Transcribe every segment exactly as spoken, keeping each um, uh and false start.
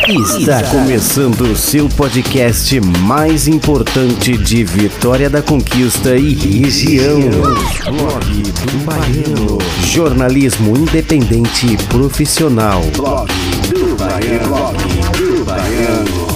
Está começando o seu podcast mais importante de Vitória da Conquista e região. Blog do Baiano. Jornalismo independente e profissional. Blog do Baiano. Blog do Baiano.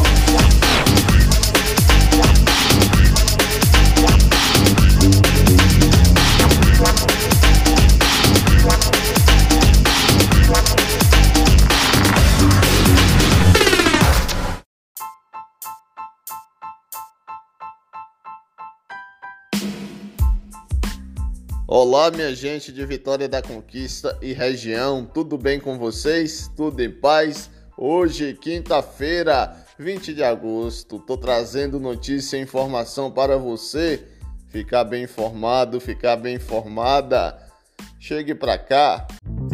Olá, minha gente de Vitória da Conquista e região, tudo bem com vocês? Tudo em paz? Hoje, quinta-feira, vinte de agosto, tô trazendo notícia e informação para você ficar bem informado, ficar bem informada. Chegue pra cá.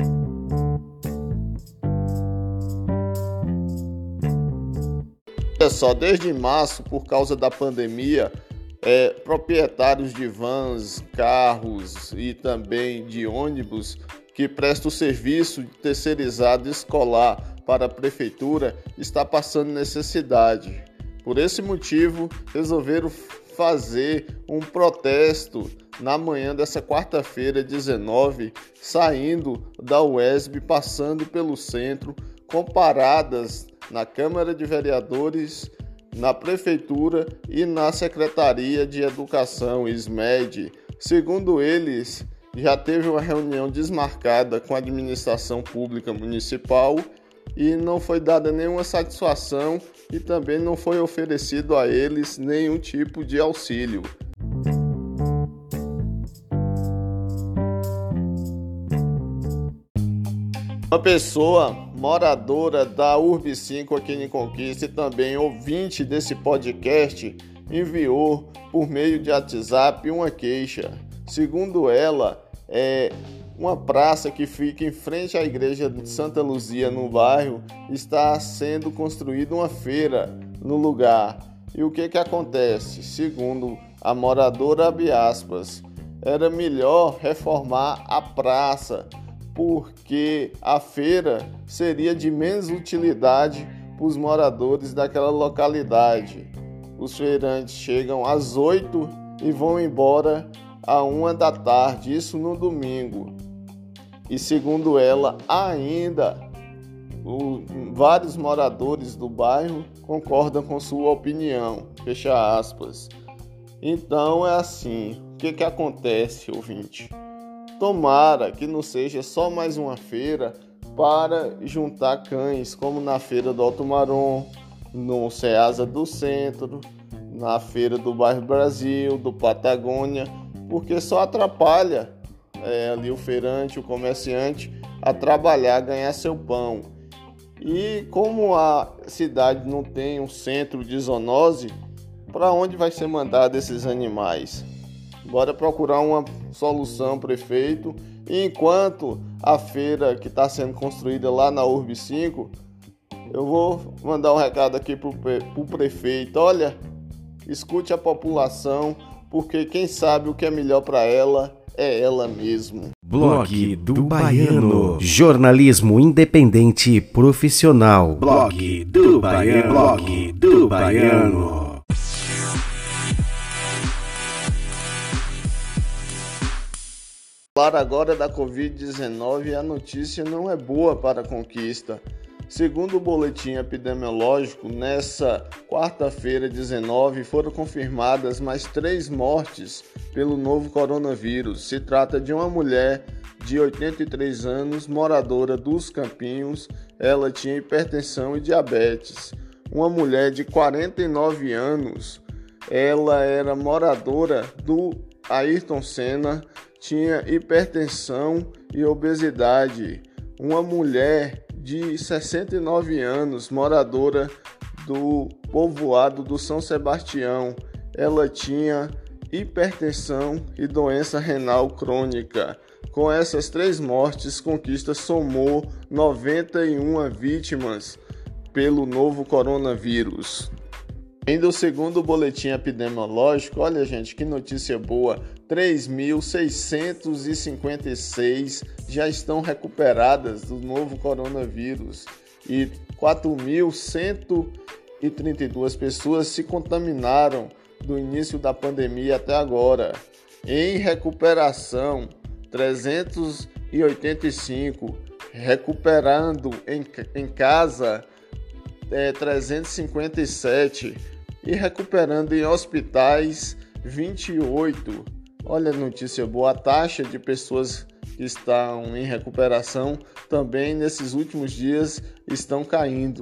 Olha só, desde março, por causa da pandemia, É, proprietários de vans, carros e também de ônibus que prestam o serviço de terceirizado escolar para a prefeitura está passando necessidade. Por esse motivo, resolveram fazer um protesto na manhã dessa quarta-feira, dezenove, saindo da U E S B, passando pelo centro, com paradas na Câmara de Vereadores, na Prefeitura e na Secretaria de Educação, S M E D. Segundo eles, já teve uma reunião desmarcada com a Administração Pública Municipal e não foi dada nenhuma satisfação e também não foi oferecido a eles nenhum tipo de auxílio. Uma pessoa moradora da U R B cinco aqui em Conquista e também ouvinte desse podcast enviou por meio de WhatsApp uma queixa. Segundo ela, é uma praça que fica em frente à igreja de Santa Luzia no bairro está sendo construída uma feira no lugar. E o que que acontece? Segundo a moradora, abre aspas, era melhor reformar a praça, porque a feira seria de menos utilidade para os moradores daquela localidade. Os feirantes chegam às oito e vão embora à uma da tarde, isso no domingo. E segundo ela, ainda o, vários moradores do bairro concordam com sua opinião, fecha aspas. Então é assim, o que que acontece, ouvinte? Tomara que não seja só mais uma feira para juntar cães, como na feira do Alto Marom, no Ceasa do Centro, na feira do Bairro Brasil, do Patagônia, porque só atrapalha é, ali o feirante, o comerciante, a trabalhar, a ganhar seu pão. E como a cidade não tem um centro de zoonose, para onde vai ser mandado esses animais? Bora procurar uma solução, prefeito. E enquanto a feira que está sendo construída lá na U R B cinco, eu vou mandar um recado aqui para o prefeito. Olha, escute a população, porque quem sabe o que é melhor para ela é ela mesmo. Blog do Baiano. Jornalismo independente e profissional. Blog do Baiano. Blog do Baiano. Falar agora da covid dezenove, a notícia não é boa para a Conquista. Segundo o boletim epidemiológico, nessa quarta-feira, dezenove, foram confirmadas mais três mortes pelo novo coronavírus. Se trata de uma mulher de oitenta e três anos, moradora dos Campinhos. Ela tinha hipertensão e diabetes. Uma mulher de quarenta e nove anos, ela era moradora do Ayrton Senna, tinha hipertensão e obesidade. Uma mulher de sessenta e nove anos, moradora do povoado do São Sebastião, ela tinha hipertensão e doença renal crônica. Com essas três mortes, Conquista somou noventa e uma vítimas pelo novo coronavírus. Ainda o segundo boletim epidemiológico, olha gente, que notícia boa, três mil seiscentos e cinquenta e seis já estão recuperadas do novo coronavírus e quatro mil cento e trinta e duas pessoas se contaminaram do início da pandemia até agora. Em recuperação, trezentos e oitenta e cinco, recuperando em, em casa, é, trezentos e cinquenta e sete e recuperando em hospitais, vinte e oito. Olha a notícia boa, a taxa de pessoas que estão em recuperação também nesses últimos dias estão caindo.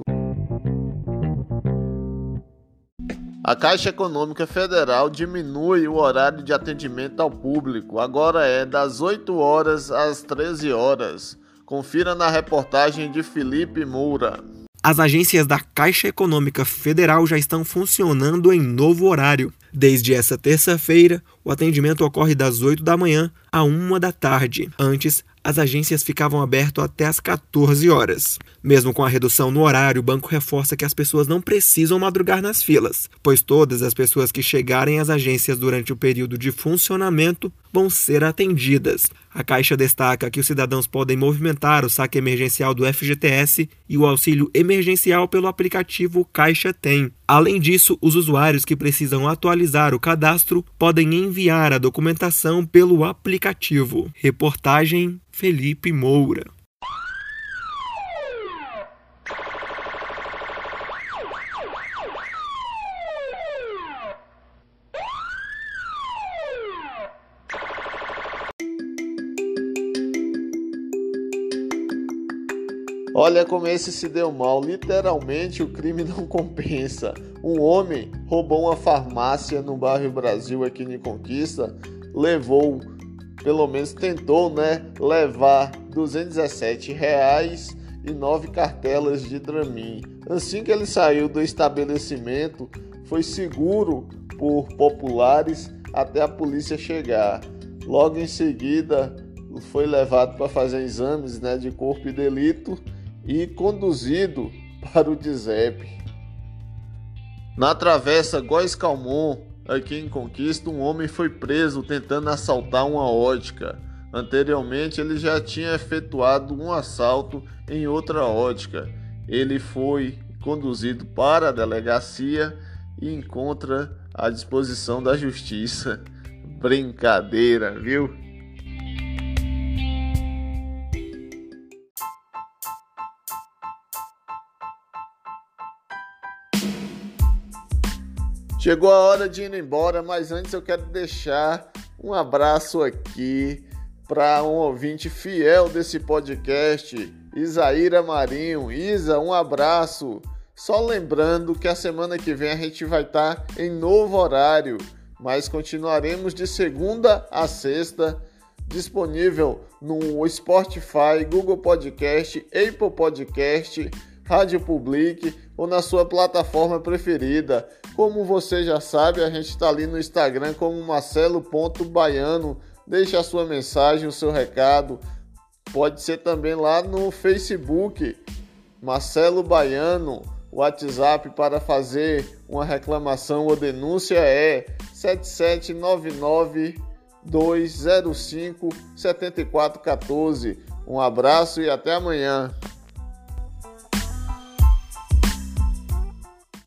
A Caixa Econômica Federal diminui o horário de atendimento ao público, agora é das oito horas às treze horas. Confira na reportagem de Felipe Moura. As agências da Caixa Econômica Federal já estão funcionando em novo horário. Desde essa terça-feira, o atendimento ocorre das oito da manhã à uma da tarde. Antes, as agências ficavam abertas até às quatorze horas. Mesmo com a redução no horário, o banco reforça que as pessoas não precisam madrugar nas filas, pois todas as pessoas que chegarem às agências durante o período de funcionamento vão ser atendidas. A Caixa destaca que os cidadãos podem movimentar o saque emergencial do F G T S e o auxílio emergencial pelo aplicativo Caixa Tem. Além disso, os usuários que precisam atualizar o cadastro podem enviar a documentação pelo aplicativo. Reportagem Felipe Moura. Olha como esse se deu mal, literalmente o crime não compensa. Um homem roubou uma farmácia no bairro Brasil aqui em Conquista, levou, pelo menos tentou, né, levar duzentos e dezessete reais e nove cartelas de Dramin. Assim que ele saiu do estabelecimento, foi seguro por populares até a polícia chegar. Logo em seguida, foi levado para fazer exames, né, de corpo e delito e conduzido para o D S E P. Na travessa Góes-Calmon, aqui em Conquista, um homem foi preso tentando assaltar uma ótica. Anteriormente, ele já tinha efetuado um assalto em outra ótica. Ele foi conduzido para a delegacia e encontra à disposição da justiça. Brincadeira, viu? Chegou a hora de ir embora, mas antes eu quero deixar um abraço aqui para um ouvinte fiel desse podcast, Isaíra Marinho. Isa, um abraço. Só lembrando que a semana que vem a gente vai estar em novo horário, mas continuaremos de segunda a sexta, disponível no Spotify, Google Podcast, Apple Podcast, Rádio Public ou na sua plataforma preferida. Como você já sabe, a gente está ali no Instagram como marcelo ponto baiano. Deixe a sua mensagem, o seu recado. Pode ser também lá no Facebook, Marcelo Baiano. O WhatsApp para fazer uma reclamação ou denúncia é sete sete nove nove dois zero cinco sete quatro um quatro. Um abraço e até amanhã.